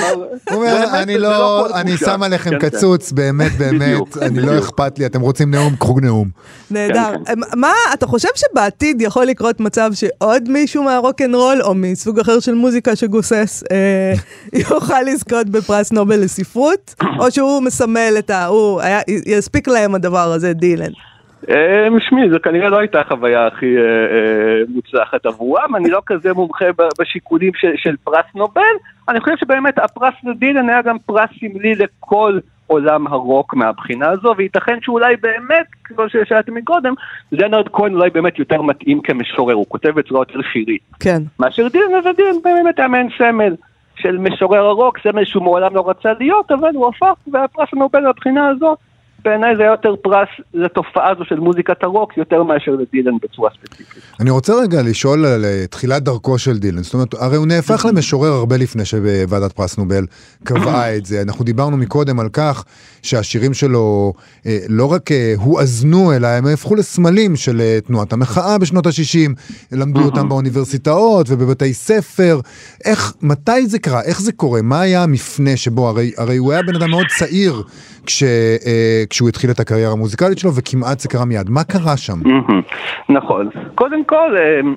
Speaker 3: אני שם עליכם קצוץ, באמת, אני לא אכפת לי, אתם רוצים נאום, קחו נאום.
Speaker 4: נהדר. מה, אתה חושב שבעתיד יכול לקרות מצב שעוד מישהו מהרוק'נ'רול, או מסוג אחר של מוזיקה שגוסס, יוכל לזכות בפרס נובל לספרות, או שהוא מסמל את יספיק להם הדבר הזה, דילן?
Speaker 7: משמי, זה כנראה לא הייתה החוויה הכי מוצלחת עבורם, אני לא כזה מומחה בשיקולים של פרס נובל, אני חושב שבאמת הפרס לדילן היה גם פרס סמלי לכל עולם הרוק מהבחינה הזו, וייתכן שאולי באמת, כמו ששאלתם מקודם, לנרד כהן אולי באמת יותר מתאים כמשורר, הוא כותב בצורה יותר שירית.
Speaker 4: כן.
Speaker 7: מאשר דילן, ודילן באמת היה מעין סמל של משורר הרוק, סמל שהוא מעולם לא רצה להיות, אבל הוא הפך, והפרס הנובל מהבחינה הזו, בעיניי זה היה יותר פרס לתופעה הזו של מוזיקת הרוק, יותר מאשר לדילן בצורה ספציפית.
Speaker 3: אני רוצה רגע לשאול על תחילת דרכו של דילן, זאת אומרת, הרי הוא נהפך למשורר הרבה לפני שוועדת פרס נובל קבעה את זה. אנחנו דיברנו מקודם על כך שהשירים שלו לא רק הואזנו, אלא הם הפכו לסמלים של תנועת המחאה בשנות ה-60, למדו אותם באוניברסיטאות ובבתי ספר. מתי זה קרה? איך זה קורה? מה היה המפנה שבו? הרי הוא היה בן אדם מאוד צעיר כשהוא התחיל את הקריירה המוזיקלית שלו, וכמעט זה קרה מיד. מה קרה שם?
Speaker 7: נכון. קודם כל,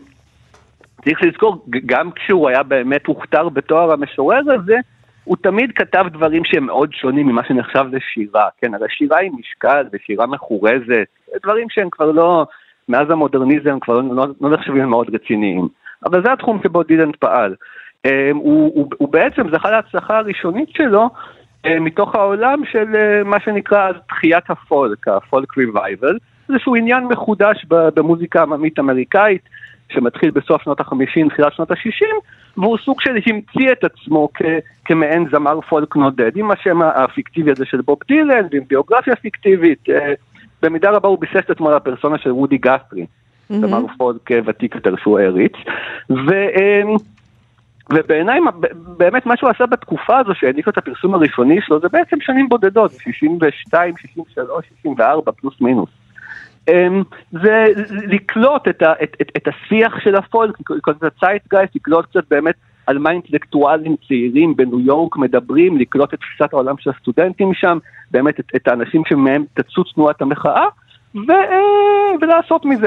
Speaker 7: צריך לזכור, גם כשהוא היה באמת הוכתר בתואר המשורר הזה, הוא תמיד כתב דברים שהם מאוד שונים ממה שנחשב לשירה. כן, הרי שירה היא משקל ושירה מחורזת, דברים שהם כבר לא, מאז המודרניזם כבר לא נחשבים מאוד רציניים. אבל זה התחום שבו דילן פעל. הוא בעצם זכה להצלחה הראשונית שלו, מתוך העולם של מה שנקרא תחיית הפולק, הפולק ריבייבל, איזשהו עניין מחודש במוזיקה עממית אמריקאית, שמתחיל בסוף שנות ה-50, תחילת שנות ה-60, והוא סוג של המציא את עצמו כמעין זמר פולק נודד, עם השם הפיקטיבי הזה של בוב דילן, ועם ביוגרפיה פיקטיבית, במידה רבה הוא ביסס את עצמו לפרסונה של וודי גת'רי, זמר פולק ותיק יותר שהוא העריץ, ובעיניי באמת מה שהוא עשה בתקופה הזו שהעניק את הפרסום הראשוני שלו זה בעצם שנים בודדות, 62, 63, 64 פלוס מינוס. זה לקלוט את השיח של הפולק, לקלוט את הצייטגייסט, לקלוט קצת באמת על מה אינטלקטואלים צעירים בניו יורק מדברים, לקלוט את תפיסת העולם של הסטודנטים שם, באמת את האנשים שמהם תצוץ תנועת המחאה, ולעשות מזה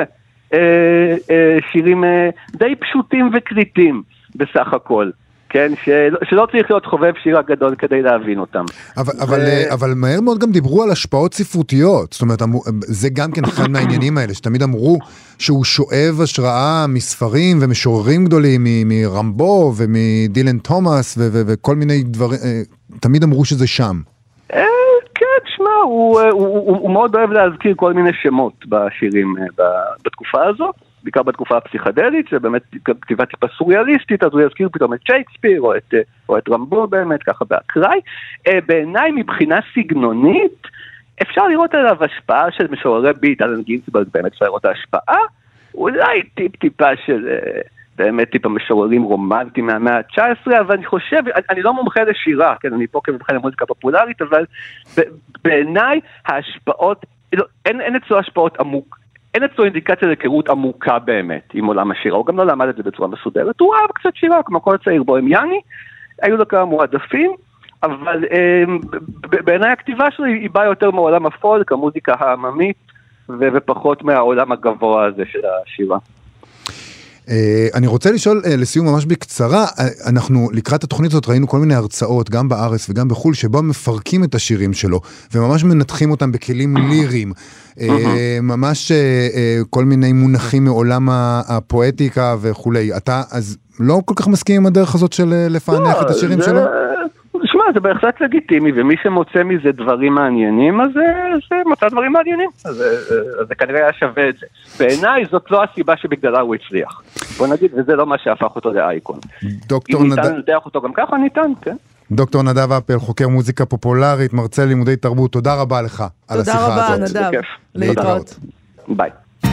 Speaker 7: שירים די פשוטים וקריטים בסך הכל, כן, שלא צריך להיות חובב שיר הגדול כדי להבין אותם.
Speaker 3: אבל מהר מאוד גם דיברו על השפעות ספרותיות, זאת אומרת, זה גם כן אחד מהעניינים האלה, שתמיד אמרו שהוא שואב השראה מספרים ומשוררים גדולים, מרמבו ומדילן תומאס וכל מיני דברים, תמיד אמרו שזה שם.
Speaker 7: כן, שמע, הוא מאוד אוהב להזכיר כל מיני שמות בשירים בתקופה הזו, בעיקר בתקופה הפסיכדלית, שבאמת כתיבה טיפה סוריאליסטית, אז הוא יזכיר פתאום את שייקספיר, או את רמבו באמת, ככה באקראי. בעיניי, מבחינה סגנונית, אפשר לראות עליו השפעה של משוררי ביט, אלן גינסברג, באמת אפשר לראות ההשפעה, אולי טיפה של באמת טיפה משוררים רומנטיים מהמאה ה-19, אבל אני חושב, אני לא מומחה לשירה, כן, אני פה כמומחה למוזיקה פופולרית, אבל בעיניי ההשפעות, אין אצלו השפעות עמוק, אין אצלו אינדיקציה להיכרות עמוקה באמת עם עולם השירה, הוא גם לא למד את זה בצורה מסודרת, הוא אהב קצת שירה, כמו כל צעיר בוהמיאני, היו לו כמה מועדפים, אבל בעיניי הכתיבה שלו היא באה יותר מעולם הפולק, המוזיקה העממית, ופחות מהעולם הגבוה הזה של השירה.
Speaker 3: אני רוצה לשאול לסיום ממש בקצרה, אנחנו לקראת התוכנית הזאת ראינו כל מיני הרצאות, גם בארץ וגם בחול, שבו מפרקים את השירים שלו, וממש מנתחים אותם בכלים ליריים, ממש כל מיני מונחים מעולם הפואטיקה וכולי. אתה אז לא כל כך מסכים עם הדרך הזאת של לפענח את השירים שלו?
Speaker 7: תשמע, זה בהחלט לגיטימי, ומי שמוצא מזה דברים מעניינים, אז זה מצא דברים מעניינים, אז זה כנראה היה שווה את זה. בעיניי זאת לא הסיבה שבגדלה הוא הצליח. בוא נגיד, וזה לא מה שהפך אותו לאייקון. אם ניתן לדח אותו גם ככה, ניתן, כן.
Speaker 3: דוקטור נדב אפל, חוקר מוזיקה פופולרית, מרצה לימודי תרבות, תודה רבה לך על השיחה הזאת.
Speaker 4: תודה רבה, נדב. להתראות.
Speaker 7: ביי.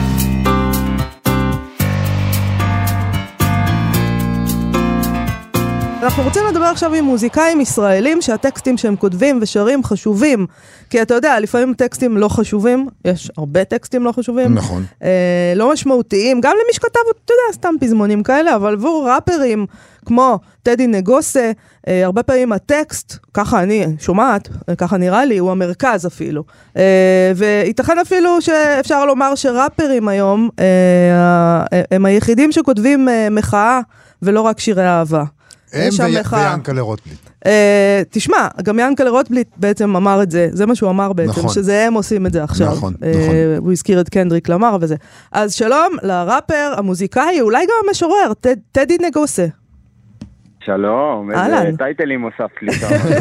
Speaker 4: אנחנו רוצים לדבר עכשיו עם מוזיקאים ישראלים שהטקסטים שהם כותבים ושרים חשובים, כי אתה יודע, לפעמים טקסטים לא חשובים, יש הרבה טקסטים לא חשובים,
Speaker 3: נכון.
Speaker 4: לא משמעותיים, גם למי שכתב, אתה יודע, סתם פזמונים כאלה, אבל עבור ראפרים כמו טדי נגוסה, הרבה פעמים הטקסט, ככה אני שומעת, ככה נראה לי, הוא המרכז אפילו. וייתכן אפילו שאפשר לומר שראפרים היום, הם היחידים שכותבים מחאה ולא רק שירי אהבה.
Speaker 3: הם ויאנקלה רוטבליט.
Speaker 4: תשמע, גם יאנקלה רוטבליט בעצם אמר את זה, זה מה שהוא אמר בעצם,
Speaker 3: נכון.
Speaker 4: שזה הם עושים את זה עכשיו.
Speaker 3: נכון.
Speaker 4: הוא הזכיר את קנדריק למר וזה. אז שלום לראפר, המוזיקאי, אולי גם המשורר, טדי נגוסה.
Speaker 8: שלום, איזה טייטלים הוספת לי.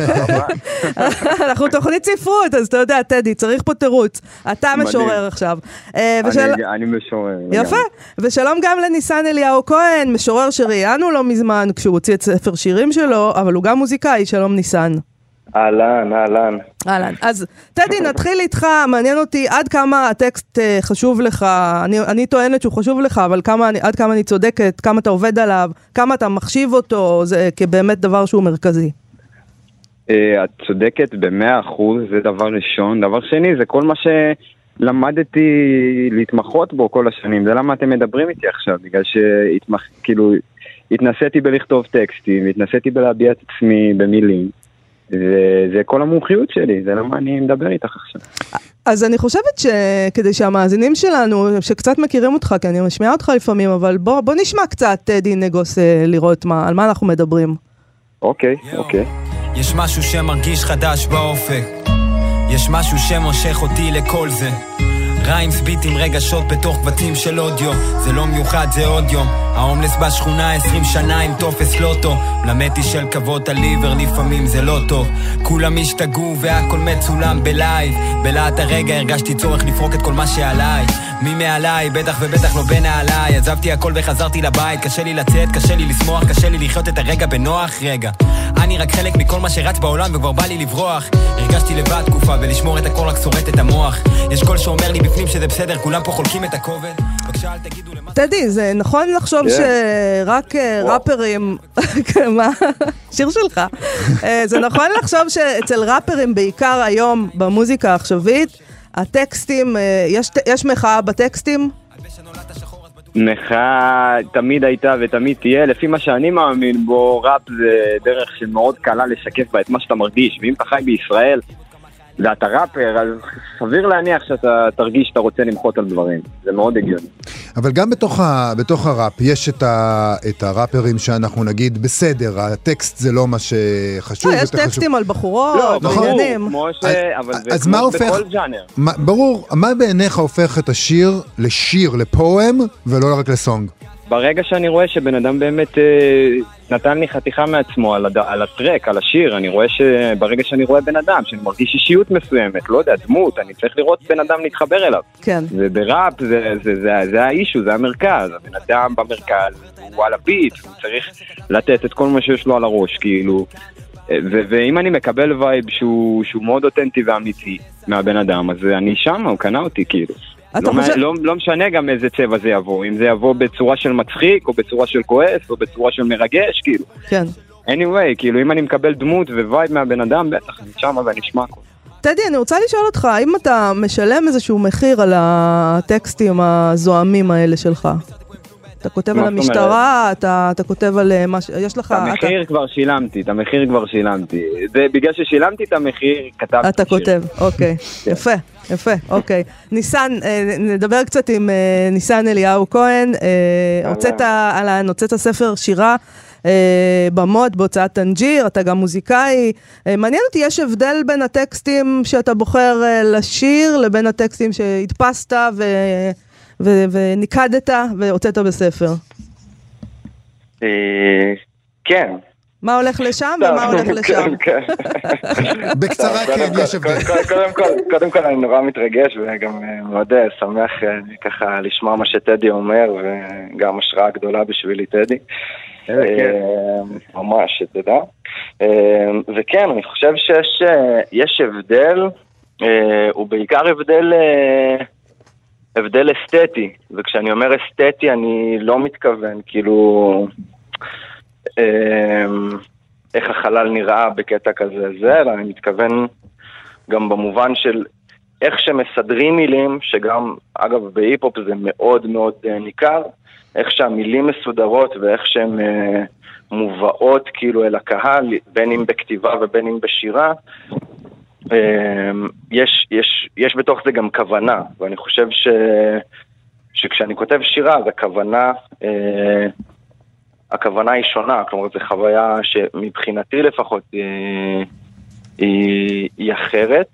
Speaker 4: אנחנו תוכנית ספרות, אז אתה יודע, טדי, צריך פה תירוץ. אתה משורר עכשיו.
Speaker 8: אני משורר.
Speaker 4: יפה. ושלום גם לניסן אליהו כהן, משורר שראיינו לא מזמן, כשהוא הוציא את ספר שירים שלו, אבל הוא גם מוזיקאי. שלום ניסן.
Speaker 8: אהלן.
Speaker 4: אז טדי, נתחיל איתך, מעניין אותי עד כמה הטקסט חשוב לך, אני טוענת שהוא חשוב לך, אבל עד כמה אני צודקת, כמה אתה עובד עליו, כמה אתה מחשיב אותו, זה כבאמת דבר שהוא מרכזי.
Speaker 8: את צודקת ב100%, זה דבר ראשון. דבר שני, זה כל מה שלמדתי להתמחות בו כל השנים, זה למה אתם מדברים איתי עכשיו, בגלל התנסיתי בלכתוב טקסטים, התנסיתי בלהביע את עצמי במילים, וזה כל המומחיות שלי, זה למה אני מדבר איתך עכשיו.
Speaker 4: אז אני חושבת שכדי שהמאזינים שלנו, שקצת מכירים אותך, כי אני משמיעה אותך לפעמים, אבל בוא נשמע קצת טדי נגוסה לראות על מה אנחנו מדברים.
Speaker 8: אוקיי.
Speaker 9: יש משהו שמרגיש חדש באופק, יש משהו שמושך אותי לכל זה, ריימס ביטים רגשות בתוך קבצים של אודיו, זה לא מיוחד זה עוד יום, ההומלס בשכונה 20 שנה עם תופס לוטו, מלמדתי של כבוד הליבר לפעמים זה לא טוב, כולם השתגעו והכל מצולם בלייב, בלעת הרגע הרגשתי צורך לפרוק את כל מה שעליי, מי מעליי בטח ובטח לא בין העליי, עזבתי הכל וחזרתי לבית, קשה לי לצאת, קשה לי לשמוח, קשה לי לחיות את הרגע בנוח רגע, אני רק חלק מכל מה שרץ בעולם וכבר בא לי לברוח, הרגשתי לבד תקופה ולשמור את הכל רק שורט את המוח, יש קול שאומר לי בפנים שזה בסדר, כולם פה חולקים את הכובד, בבקשה אל
Speaker 4: טדי, זה נכון לחשוב שרק ראפרים, מה? שיר שלך. זה נכון לחשוב שאצל ראפרים בעיקר היום במוזיקה העכשווית, הטקסטים, יש מחאה בטקסטים?
Speaker 8: מחאה תמיד הייתה ותמיד תהיה, לפי מה שאני מאמין בו, ראפ זה דרך שמאוד קלה לשקף בה את מה שאתה מרגיש, ואם אתה חי בישראל ואתה ראפר, אז סביר להניח שאתה תרגיש שאתה רוצה למחות על דברים, זה מאוד הגיוני.
Speaker 3: אבל גם בתוך הראפ יש את הראפרים שאנחנו נגיד בסדר, הטקסט זה לא מה שחשוב.
Speaker 4: יש טקסטים על בחורות, בעניינים.
Speaker 3: אז מה הופך, ברור, מה בעיניך הופך את השיר לשיר, לפואם, ולא רק לסונג?
Speaker 8: ברגע שאני רואה שבן אדם באמת נתן לי חתיכה מעצמו על הטרק, על השיר, אני רואה שברגע שאני רואה בן אדם, שאני מרגיש אישיות מסוימת, לא יודע, דמות, אני צריך לראות בן אדם להתחבר אליו.
Speaker 4: כן.
Speaker 8: ובראפ זה האישו, זה המרכז, הבן אדם במרכז, הוא על הביט, הוא צריך לתת את כל מה שיש לו על הראש, כאילו. ואם אני מקבל וייב שהוא מאוד אותנטי ואמיתי מהבן אדם, אז אני שם, הוא קנה אותי, כאילו. לא משנה גם איזה צבע זה יבוא, אם זה יבוא בצורה של מצחיק, או בצורה של כועס, או בצורה של מרגש, כאילו.
Speaker 4: כן.
Speaker 8: anyway, כאילו, אם אני מקבל דמות ווייב מהבן אדם, בטח, אני שמה ואני אשמע כל.
Speaker 4: טדי, אני רוצה לשאול אותך, האם אתה משלם איזשהו מחיר על הטקסטים הזוהמים האלה שלך? אתה כותב על המשטרה, אתה כותב על מה יש לך...
Speaker 8: את המחיר כבר שילמתי. זה בגלל ששילמתי את המחיר, כתבתי.
Speaker 4: אתה כותב, אוקיי. יפה, אוקיי. ניסן, נדבר קצת עם ניסן אליהו כהן. הוצאת ספר שירה במות, בהוצאת טנג'יר, אתה גם מוזיקאי. מעניין אותי, יש הבדל בין הטקסטים שאתה בוחר לשיר, לבין הטקסטים שהדפסת וניקדת והוצאת בספר.
Speaker 10: כן.
Speaker 4: מה הולך לשם ומה הולך לשם?
Speaker 3: בקצרה כן, יש הבדל.
Speaker 10: קודם כל אני נורא מתרגש וגם מאוד שמח ככה לשמוע מה שטדי אומר, וגם השראה גדולה בשבילי טדי. ממש, אתה יודע. וכן, אני חושב שיש הבדל, הוא בעיקר הבדל אסתטי, וכשאני אומר אסתטי אני לא מתכוון כאילו איך החלל נראה בקטע כזה זה, אלא אני מתכוון גם במובן של איך שמסדרים מילים, שגם אגב בהיפ-הופ זה מאוד מאוד ניכר, איך שהמילים מסודרות ואיך שהן מובאות כאילו אל הקהל, בין אם בכתיבה ובין אם בשירה, יש בתוך זה גם כוונה, ואני חושב שכשאני כותב שירה, אז הכוונה היא שונה, כלומר זו חוויה שמבחינתי לפחות היא אחרת,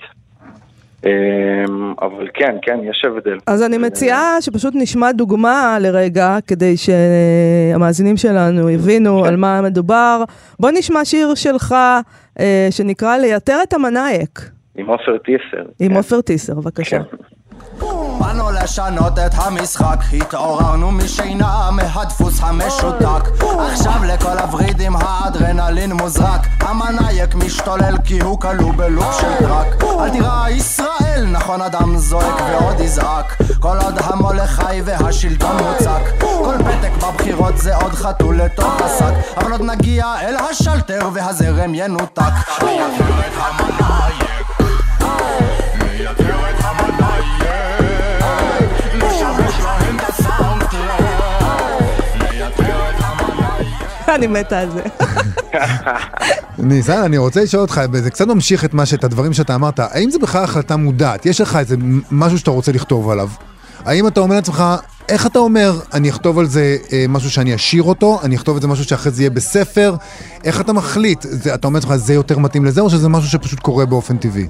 Speaker 10: אבל כן, יש הבדל.
Speaker 4: אז אני מציעה שפשוט נשמע דוגמה לרגע, כדי שהמאזינים שלנו יבינו על מה מדובר. בוא נשמע שיר שלך שנקרא לייתר את המנאייק.
Speaker 10: עם עופר טיסר.
Speaker 4: עם עופר טיסר, בבקשה.
Speaker 11: באנו לשנות את המשחק, התעוררנו משינה מהדפוס המשותק, עכשיו לכל הוורידים האדרנלין מוזרק, המנאייק משתולל כי הוא כלוא בלופ של טרק, אל תיראה ישראל, נכון אדם זועק ועוד יזעק, כל עוד המולך חי והשלטון מוצק, כל פתק בבחירות זה עוד חתול לתוך השק, אבל עוד נגיע אל השלטר והזרם ינותק. לייתר את המנאייק, לייתר את המנאייק,
Speaker 4: אני מתה על זה.
Speaker 3: ניסן, אני רוצה לשאול אותך, זה קצת ממשיך את הדברים שאתה אמרת, האם זה בכלל החלטה מודעת? יש לך איזה משהו שאתה רוצה לכתוב עליו? האם אתה אומר לעצמך, איך אתה אומר, אני אכתוב על זה משהו שאני אשיר אותו, אני אכתוב את זה משהו שאחרי זה יהיה בספר, איך אתה מחליט? אתה אומר לעצמך, זה יותר מתאים לזה, או שזה משהו שפשוט קורה באופן טבעי?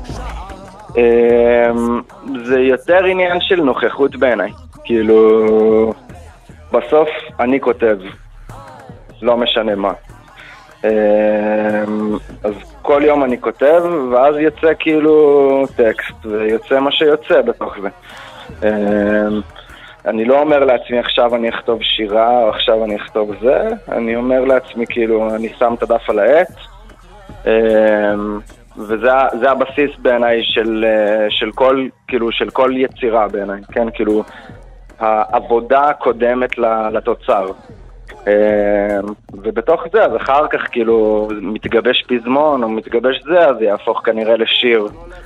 Speaker 10: זה יותר עניין של נוכחות בעיניי, כאילו בסוף אני כותב, לא משנה מה, אז כל יום אני כותב ואז יוצא כאילו טקסט ויוצא מה שיוצא בתוך זה. אני לא אומר לעצמי עכשיו אני אכתוב שירה או עכשיו אני אכתוב זה, אני אומר לעצמי כאילו אני שם את הדף על העט, וזה הבסיס בעיניי של כל יצירה בעיניי, כן, כאילו העבודה קודמת לתוצר. ובתוך זה, אז אחר כך כאילו מתגבש פזמון או מתגבש זה, אז יהפוך כנראה לשיר.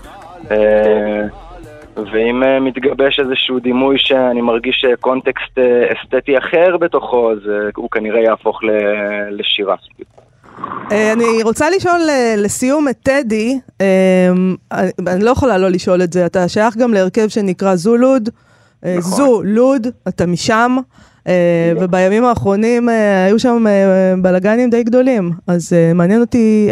Speaker 10: ואם מתגבש איזשהו דימוי שאני מרגיש קונטקסט אסתטי אחר בתוכו, אז הוא כנראה יהפוך לשירה.
Speaker 4: אני רוצה לשאול לסיום את טדי, אני לא יכולה לא לשאול את זה, אתה שייך גם להרכב שנקרא זולוד, זולוד, אתה משם, ובימים האחרונים היו שם בלגנים די גדולים, אז מעניין אותי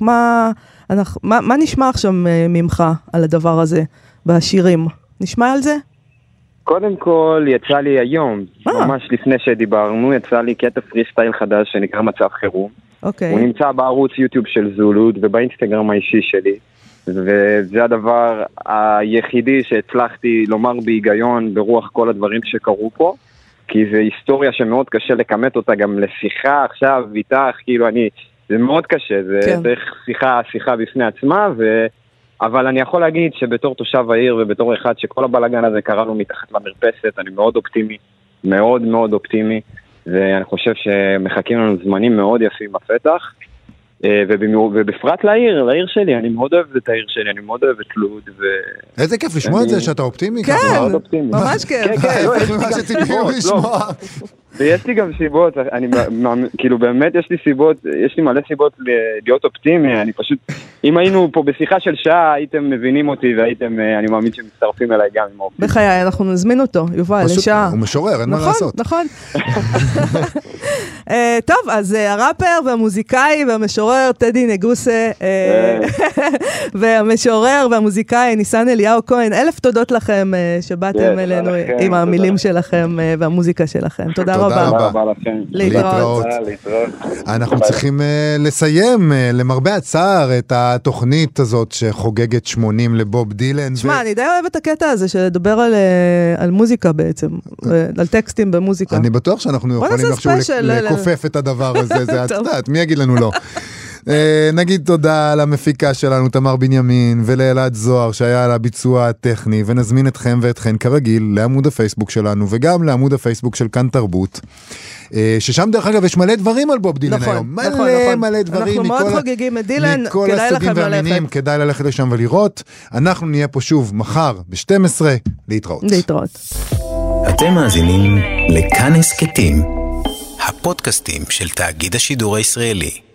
Speaker 4: מה נשמע עכשיו ממך על הדבר הזה בשירים? נשמע על זה?
Speaker 8: קודם כל יצא לי היום, ממש לפני שדיברנו, יצא לי קטע פרי סטייל חדש שנקרא מצב חירום. הוא נמצא בערוץ יוטיוב של זולוד ובאינסטגרם האישי שלי, וזה הדבר היחידי שהצלחתי לומר בהיגיון ברוח כל הדברים שקרו פה, כי זה היסטוריה שמאוד קשה לקמת אותה גם לשיחה עכשיו איתך, כאילו זה מאוד קשה, זה צריך שיחה בפני עצמה, אבל אני יכול להגיד שבתור תושב העיר ובתור אחד שכל הבלגן הזה קרה לו מתחת למרפסת, אני מאוד אופטימי, מאוד מאוד אופטימי, ואני חושב שמחכים לנו זמנים מאוד יפים בפתח, ובפרט לעיר שלי, אני מאוד אוהב את העיר שלי, אני מאוד אוהב את לוד.
Speaker 3: איזה כיף לשמוע את זה שאתה אופטימי.
Speaker 4: כן, ממש כיף.
Speaker 3: מה שציפינו לשמוע.
Speaker 8: ויש לי גם סיבות, כאילו באמת יש לי מלא סיבות להיות אופטימי, אני פשוט, אם היינו פה בשיחה של שעה, הייתם מבינים אותי והייתם, אני מאמין שמצטרפים אליי גם עם האופטימי.
Speaker 4: בחיי, אנחנו נזמין אותו, יובל, לשעה.
Speaker 3: הוא משורר, אין מה לעשות.
Speaker 4: נכון. טוב, אז הראפר והמוזיקאי והמשורר טדי נגוסה, והמשורר והמוזיקאי ניסן אליהו כהן, 1000 תודות לכם שבאתם אלינו עם המילים שלכם והמוזיקה שלכם. תודה רבה. להתראות.
Speaker 3: אנחנו צריכים לסיים למרבה הצער את התוכנית הזאת שחוגגת 80 לבוב דילן.
Speaker 4: שמע, אני די אוהב את הקטע הזה שלדבר על מוזיקה בעצם, על טקסטים במוזיקה.
Speaker 3: אני בטוח שאנחנו יכולים לחשוב לקופף את הדבר הזה, זה את יודעת, מי יגיד לנו לא? נגיד תודה למפיקה שלנו תמר בנימין ולאלעד זוהר שהיה על הביצוע הטכני, ונזמין אתכם ואתכן כרגיל לעמוד הפייסבוק שלנו וגם לעמוד הפייסבוק של כאן תרבות, ששם דרך אגב יש מלא דברים על בוב דילן היום, מלא דברים
Speaker 4: אנחנו מאוד חוגגים את דילן,
Speaker 3: מכל הסוגים והמינים, כדאי ללכת לשם ולראות. אנחנו נהיה פה שוב מחר ב-12, להתראות.
Speaker 1: אתם מאזינים לכאן הסכתים, הפודקאסטים של תאגיד השידור הישראלי.